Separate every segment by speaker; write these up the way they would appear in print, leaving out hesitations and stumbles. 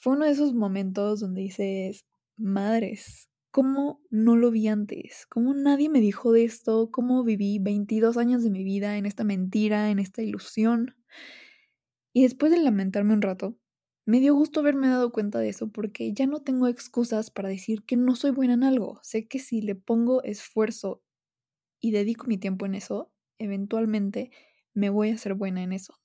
Speaker 1: Fue uno de esos momentos donde dices, madres, ¿cómo no lo vi antes? ¿Cómo nadie me dijo de esto? ¿Cómo viví 22 años de mi vida en esta mentira, en esta ilusión? Y después de lamentarme un rato, me dio gusto haberme dado cuenta de eso porque ya no tengo excusas para decir que no soy buena en algo. Sé que si le pongo esfuerzo y dedico mi tiempo en eso, eventualmente me voy a hacer buena en eso.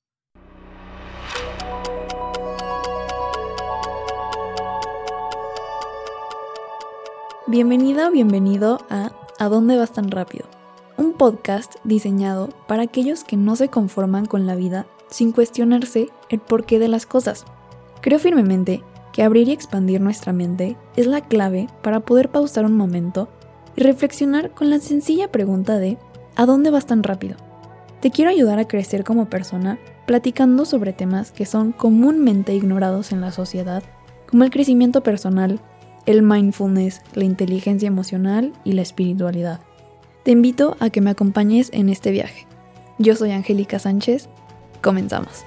Speaker 1: Bienvenida o bienvenido a dónde vas tan rápido? Un podcast diseñado para aquellos que no se conforman con la vida sin cuestionarse el porqué de las cosas. Creo firmemente que abrir y expandir nuestra mente es la clave para poder pausar un momento y reflexionar con la sencilla pregunta de ¿a dónde vas tan rápido? Te quiero ayudar a crecer como persona platicando sobre temas que son comúnmente ignorados en la sociedad, como el crecimiento personal, el mindfulness, la inteligencia emocional y la espiritualidad. Te invito a que me acompañes en este viaje. Yo soy Angélica Sánchez. Comenzamos.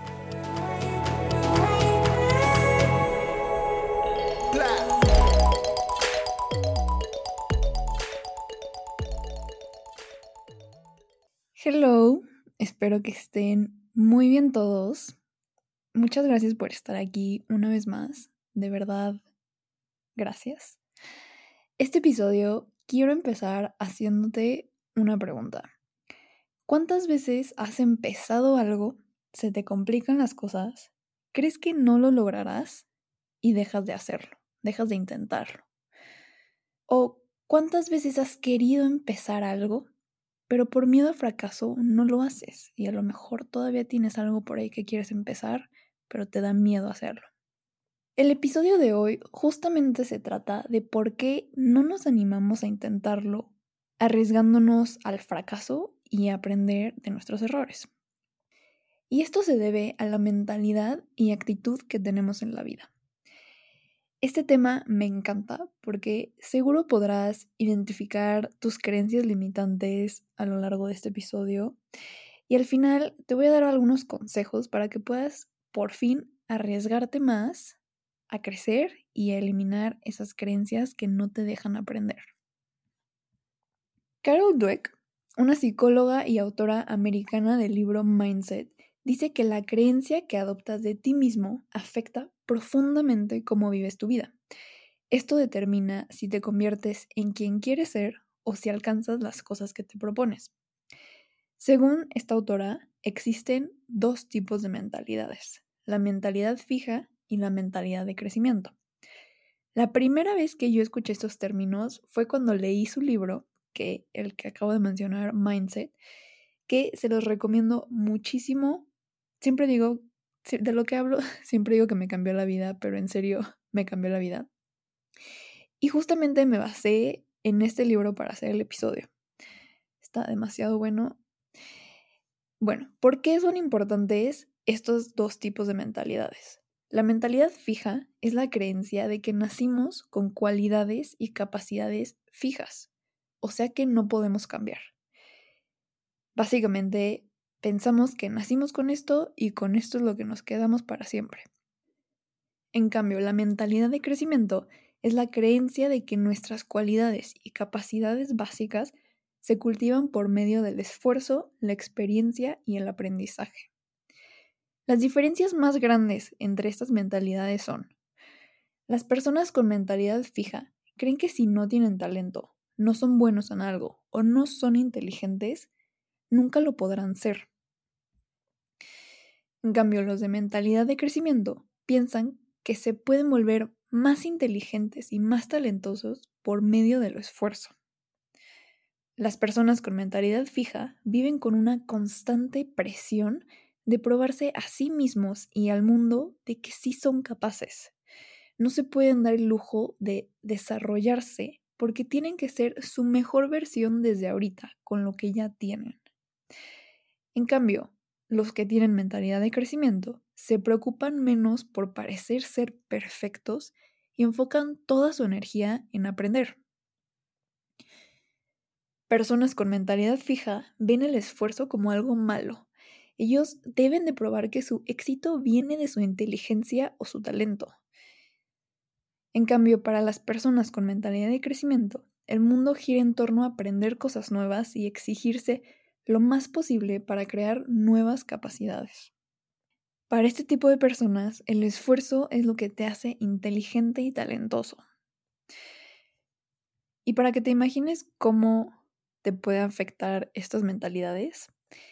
Speaker 1: Hello, espero que estén muy bien todos. Muchas gracias por estar aquí una vez más. De verdad, gracias. Este episodio quiero empezar haciéndote una pregunta. ¿Cuántas veces has empezado algo, se te complican las cosas, crees que no lo lograrás y dejas de hacerlo, dejas de intentarlo? ¿O cuántas veces has querido empezar algo, pero por miedo al fracaso no lo haces y a lo mejor todavía tienes algo por ahí que quieres empezar, pero te da miedo hacerlo? El episodio de hoy justamente se trata de por qué no nos animamos a intentarlo, arriesgándonos al fracaso y a aprender de nuestros errores. Y esto se debe a la mentalidad y actitud que tenemos en la vida. Este tema me encanta porque seguro podrás identificar tus creencias limitantes a lo largo de este episodio y al final te voy a dar algunos consejos para que puedas por fin arriesgarte más a crecer y a eliminar esas creencias que no te dejan aprender. Carol Dweck, una psicóloga y autora americana del libro Mindset, dice que la creencia que adoptas de ti mismo afecta profundamente cómo vives tu vida. Esto determina si te conviertes en quien quieres ser o si alcanzas las cosas que te propones. Según esta autora, existen dos tipos de mentalidades: la mentalidad fija y la mentalidad de crecimiento. La primera vez que yo escuché estos términos fue cuando leí su libro, el que acabo de mencionar, Mindset, que se los recomiendo muchísimo. Siempre digo, de lo que hablo, siempre digo que me cambió la vida, pero en serio me cambió la vida. Y justamente me basé en este libro para hacer el episodio. Está demasiado bueno. Bueno, ¿por qué son importantes estos dos tipos de mentalidades? La mentalidad fija es la creencia de que nacimos con cualidades y capacidades fijas, o sea que no podemos cambiar. Básicamente, pensamos que nacimos con esto y con esto es lo que nos quedamos para siempre. En cambio, la mentalidad de crecimiento es la creencia de que nuestras cualidades y capacidades básicas se cultivan por medio del esfuerzo, la experiencia y el aprendizaje. Las diferencias más grandes entre estas mentalidades son: las personas con mentalidad fija creen que si no tienen talento, no son buenos en algo o no son inteligentes, nunca lo podrán ser. En cambio, los de mentalidad de crecimiento piensan que se pueden volver más inteligentes y más talentosos por medio del esfuerzo. Las personas con mentalidad fija viven con una constante presión de probarse a sí mismos y al mundo de que sí son capaces. No se pueden dar el lujo de desarrollarse porque tienen que ser su mejor versión desde ahorita, con lo que ya tienen. En cambio, los que tienen mentalidad de crecimiento se preocupan menos por parecer ser perfectos y enfocan toda su energía en aprender. Personas con mentalidad fija ven el esfuerzo como algo malo Ellos deben de probar que su éxito viene de su inteligencia o su talento. En cambio, para las personas con mentalidad de crecimiento, el mundo gira en torno a aprender cosas nuevas y exigirse lo más posible para crear nuevas capacidades. Para este tipo de personas, el esfuerzo es lo que te hace inteligente y talentoso. Y para que te imagines cómo te puede afectar estas mentalidades,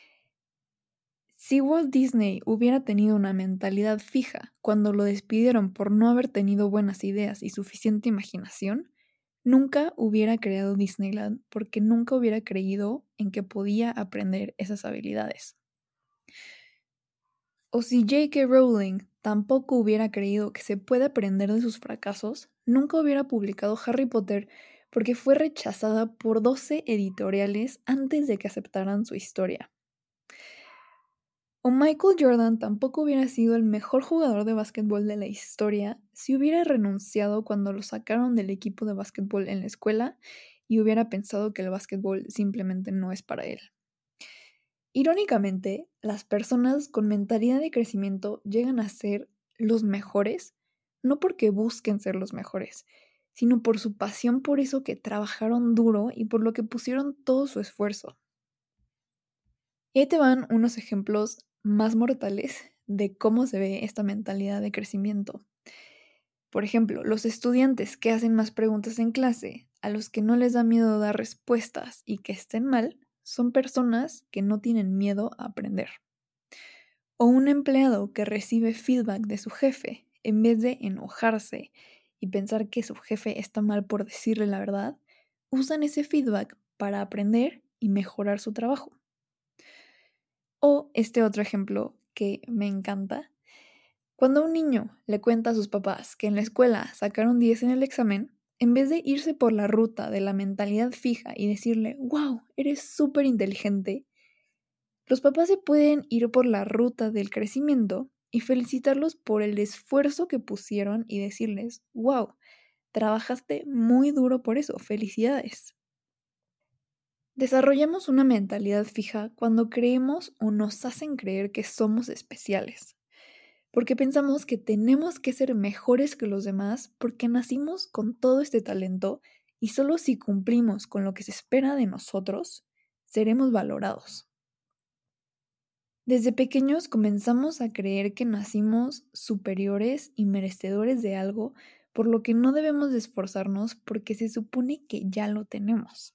Speaker 1: si Walt Disney hubiera tenido una mentalidad fija cuando lo despidieron por no haber tenido buenas ideas y suficiente imaginación, nunca hubiera creado Disneyland porque nunca hubiera creído en que podía aprender esas habilidades. O si J.K. Rowling tampoco hubiera creído que se puede aprender de sus fracasos, nunca hubiera publicado Harry Potter porque fue rechazada por 12 editoriales antes de que aceptaran su historia. O Michael Jordan tampoco hubiera sido el mejor jugador de básquetbol de la historia si hubiera renunciado cuando lo sacaron del equipo de básquetbol en la escuela y hubiera pensado que el básquetbol simplemente no es para él. Irónicamente, las personas con mentalidad de crecimiento llegan a ser los mejores, no porque busquen ser los mejores, sino por su pasión por eso que trabajaron duro y por lo que pusieron todo su esfuerzo. Y ahí te van unos ejemplos más mortales de cómo se ve esta mentalidad de crecimiento. Por ejemplo, los estudiantes que hacen más preguntas en clase, a los que no les da miedo dar respuestas y que estén mal, son personas que no tienen miedo a aprender. O un empleado que recibe feedback de su jefe, en vez de enojarse y pensar que su jefe está mal por decirle la verdad, usan ese feedback para aprender y mejorar su trabajo. O este otro ejemplo que me encanta. Cuando un niño le cuenta a sus papás que en la escuela sacaron 10 en el examen, en vez de irse por la ruta de la mentalidad fija y decirle, wow, eres súper inteligente, los papás se pueden ir por la ruta del crecimiento y felicitarlos por el esfuerzo que pusieron y decirles, wow, trabajaste muy duro por eso, felicidades. Desarrollamos una mentalidad fija cuando creemos o nos hacen creer que somos especiales, porque pensamos que tenemos que ser mejores que los demás porque nacimos con todo este talento y solo si cumplimos con lo que se espera de nosotros, seremos valorados. Desde pequeños comenzamos a creer que nacimos superiores y merecedores de algo, por lo que no debemos de esforzarnos porque se supone que ya lo tenemos.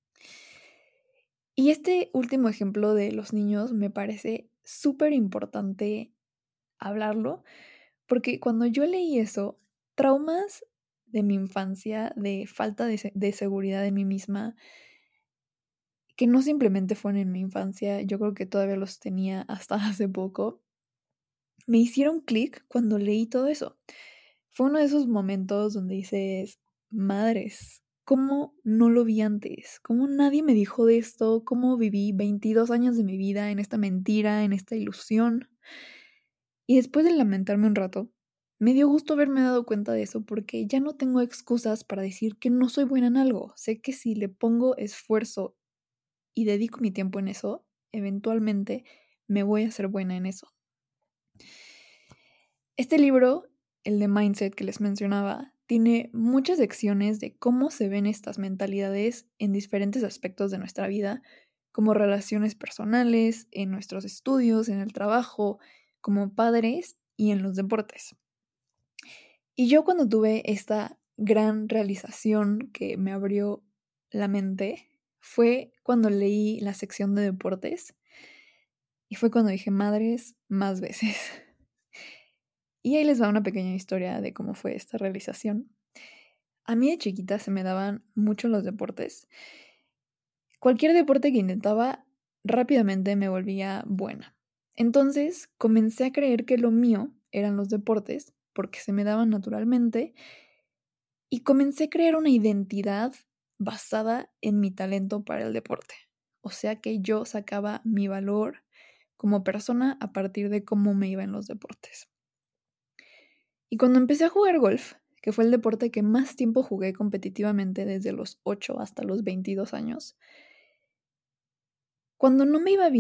Speaker 1: Y este último ejemplo de los niños me parece súper importante hablarlo, porque cuando yo leí eso, traumas de mi infancia, de falta de seguridad en mí misma, que no simplemente fueron en mi infancia, yo creo que todavía los tenía hasta hace poco, me hicieron clic cuando leí todo eso. Fue uno de esos momentos donde dices, madres, ¿cómo no lo vi antes? ¿Cómo nadie me dijo de esto? ¿Cómo viví 22 años de mi vida en esta mentira, en esta ilusión? Y después de lamentarme un rato, me dio gusto haberme dado cuenta de eso porque ya no tengo excusas para decir que no soy buena en algo. Sé que si le pongo esfuerzo y dedico mi tiempo en eso, eventualmente me voy a hacer buena en eso. Este libro, el de Mindset que les mencionaba, tiene muchas secciones de cómo se ven estas mentalidades en diferentes aspectos de nuestra vida, como relaciones personales, en nuestros estudios, en el trabajo, como padres y en los deportes. Y yo cuando tuve esta gran realización que me abrió la mente, fue cuando leí la sección de deportes y fue cuando dije madres más veces. Y ahí les va una pequeña historia de cómo fue esta realización. A mí de chiquita se me daban mucho los deportes. Cualquier deporte que intentaba, rápidamente me volvía buena. Entonces comencé a creer que lo mío eran los deportes, porque se me daban naturalmente, y comencé a crear una identidad basada en mi talento para el deporte. O sea que yo sacaba mi valor como persona a partir de cómo me iba en los deportes. Y cuando empecé a jugar golf, que fue el deporte que más tiempo jugué competitivamente desde los 8 hasta los 22 años, cuando no me iba bien,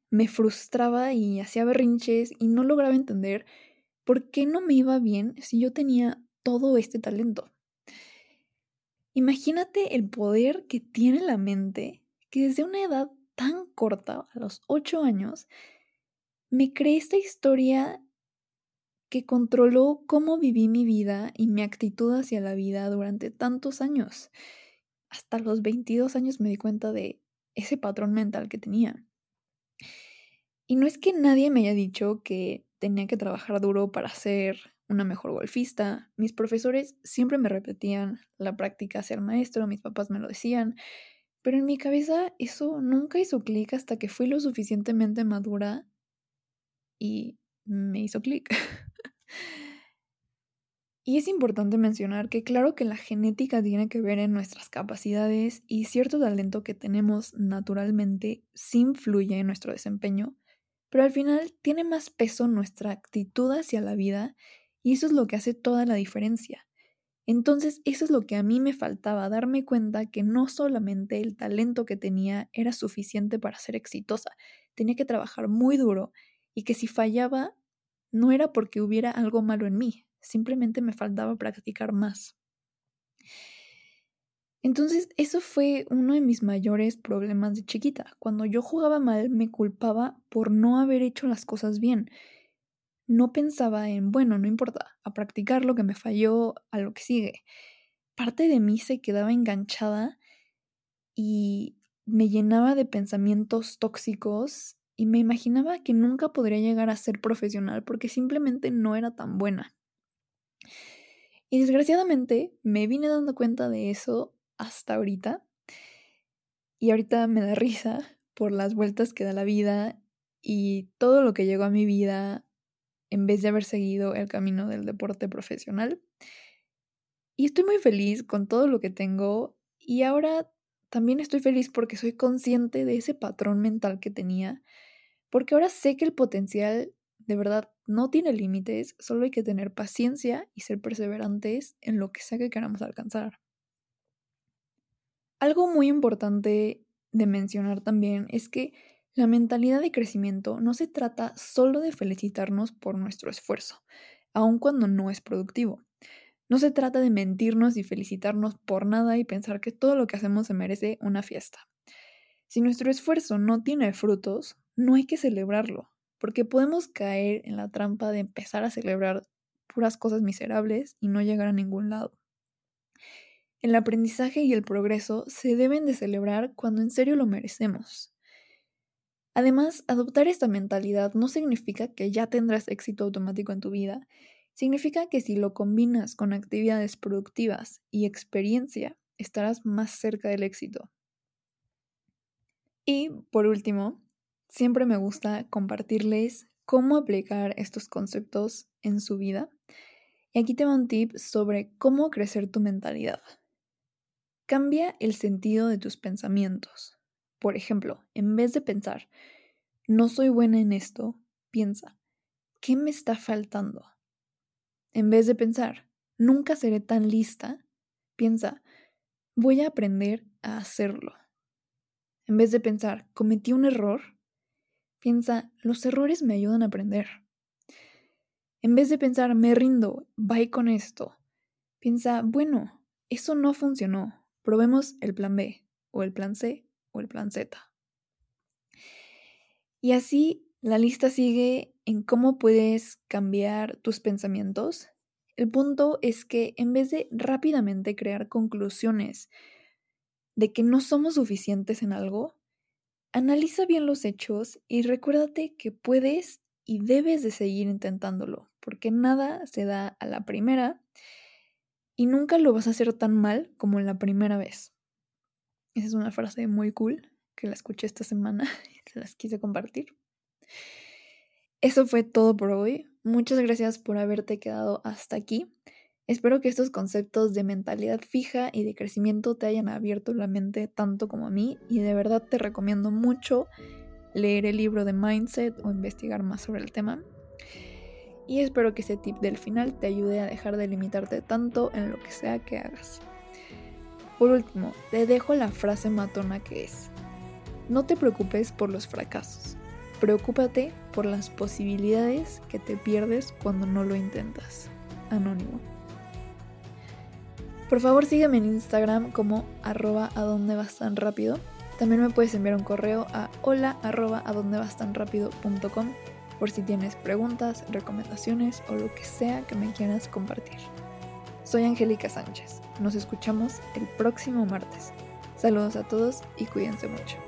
Speaker 1: me frustraba y hacía berrinches y no lograba entender por qué no me iba bien si yo tenía todo este talento. Imagínate el poder que tiene la mente, que desde una edad tan corta, a los 8 años, me creé esta historia que controló cómo viví mi vida y mi actitud hacia la vida durante tantos años. Hasta los 22 años me di cuenta de ese patrón mental que tenía. Y no es que nadie me haya dicho que tenía que trabajar duro para ser una mejor golfista. Mis profesores siempre me repetían, la práctica hacia el maestro, mis papás me lo decían, pero en mi cabeza eso nunca hizo clic hasta que fui lo suficientemente madura y me hizo clic. Y es importante mencionar que claro que la genética tiene que ver en nuestras capacidades y cierto talento que tenemos naturalmente sí influye en nuestro desempeño, pero al final tiene más peso nuestra actitud hacia la vida y eso es lo que hace toda la diferencia. Entonces eso es lo que a mí me faltaba, darme cuenta que no solamente el talento que tenía era suficiente para ser exitosa, tenía que trabajar muy duro y que si fallaba no era porque hubiera algo malo en mí, simplemente me faltaba practicar más. Entonces, eso fue uno de mis mayores problemas de chiquita. Cuando yo jugaba mal, me culpaba por no haber hecho las cosas bien. No pensaba en, bueno, no importa, a practicar lo que me falló, a lo que sigue. Parte de mí se quedaba enganchada y me llenaba de pensamientos tóxicos y me imaginaba que nunca podría llegar a ser profesional porque simplemente no era tan buena. Y desgraciadamente me vine dando cuenta de eso hasta ahorita. Y ahorita me da risa por las vueltas que da la vida y todo lo que llegó a mi vida en vez de haber seguido el camino del deporte profesional. Y estoy muy feliz con todo lo que tengo y ahora también estoy feliz porque soy consciente de ese patrón mental que tenía, porque ahora sé que el potencial de verdad no tiene límites, solo hay que tener paciencia y ser perseverantes en lo que sea que queramos alcanzar. Algo muy importante de mencionar también es que la mentalidad de crecimiento no se trata solo de felicitarnos por nuestro esfuerzo, aun cuando no es productivo. No se trata de mentirnos y felicitarnos por nada y pensar que todo lo que hacemos se merece una fiesta. Si nuestro esfuerzo no tiene frutos, no hay que celebrarlo, porque podemos caer en la trampa de empezar a celebrar puras cosas miserables y no llegar a ningún lado. El aprendizaje y el progreso se deben de celebrar cuando en serio lo merecemos. Además, adoptar esta mentalidad no significa que ya tendrás éxito automático en tu vida. Significa que si lo combinas con actividades productivas y experiencia, estarás más cerca del éxito. Y, por último, siempre me gusta compartirles cómo aplicar estos conceptos en su vida. Y aquí te va un tip sobre cómo crecer tu mentalidad. Cambia el sentido de tus pensamientos. Por ejemplo, en vez de pensar, no soy buena en esto, piensa, ¿qué me está faltando? En vez de pensar, nunca seré tan lista, piensa, voy a aprender a hacerlo. En vez de pensar, cometí un error, piensa, los errores me ayudan a aprender. En vez de pensar, me rindo, bye con esto, piensa, bueno, eso no funcionó, probemos el plan B, o el plan C, o el plan Z. Y así la lista sigue en cómo puedes cambiar tus pensamientos. El punto es que en vez de rápidamente crear conclusiones de que no somos suficientes en algo, analiza bien los hechos y recuérdate que puedes y debes de seguir intentándolo, porque nada se da a la primera y nunca lo vas a hacer tan mal como la primera vez. Esa es una frase muy cool que la escuché esta semana y se las quise compartir. Eso fue todo por hoy. Muchas gracias por haberte quedado hasta aquí. Espero que estos conceptos de mentalidad fija y de crecimiento te hayan abierto la mente tanto como a mí y de verdad te recomiendo mucho leer el libro de Mindset o investigar más sobre el tema. Y espero que ese tip del final te ayude a dejar de limitarte tanto en lo que sea que hagas. Por último, te dejo la frase matona que es: no te preocupes por los fracasos, Preocúpate por las posibilidades que te pierdes cuando no lo intentas. Anónimo. Por favor, sígueme en Instagram como @adondevastanrapido. También me puedes enviar un correo a hola@adondevastanrapido.com por si tienes preguntas, recomendaciones o lo que sea que me quieras compartir. Soy Angélica Sánchez. Nos escuchamos el próximo martes. Saludos a todos y cuídense mucho.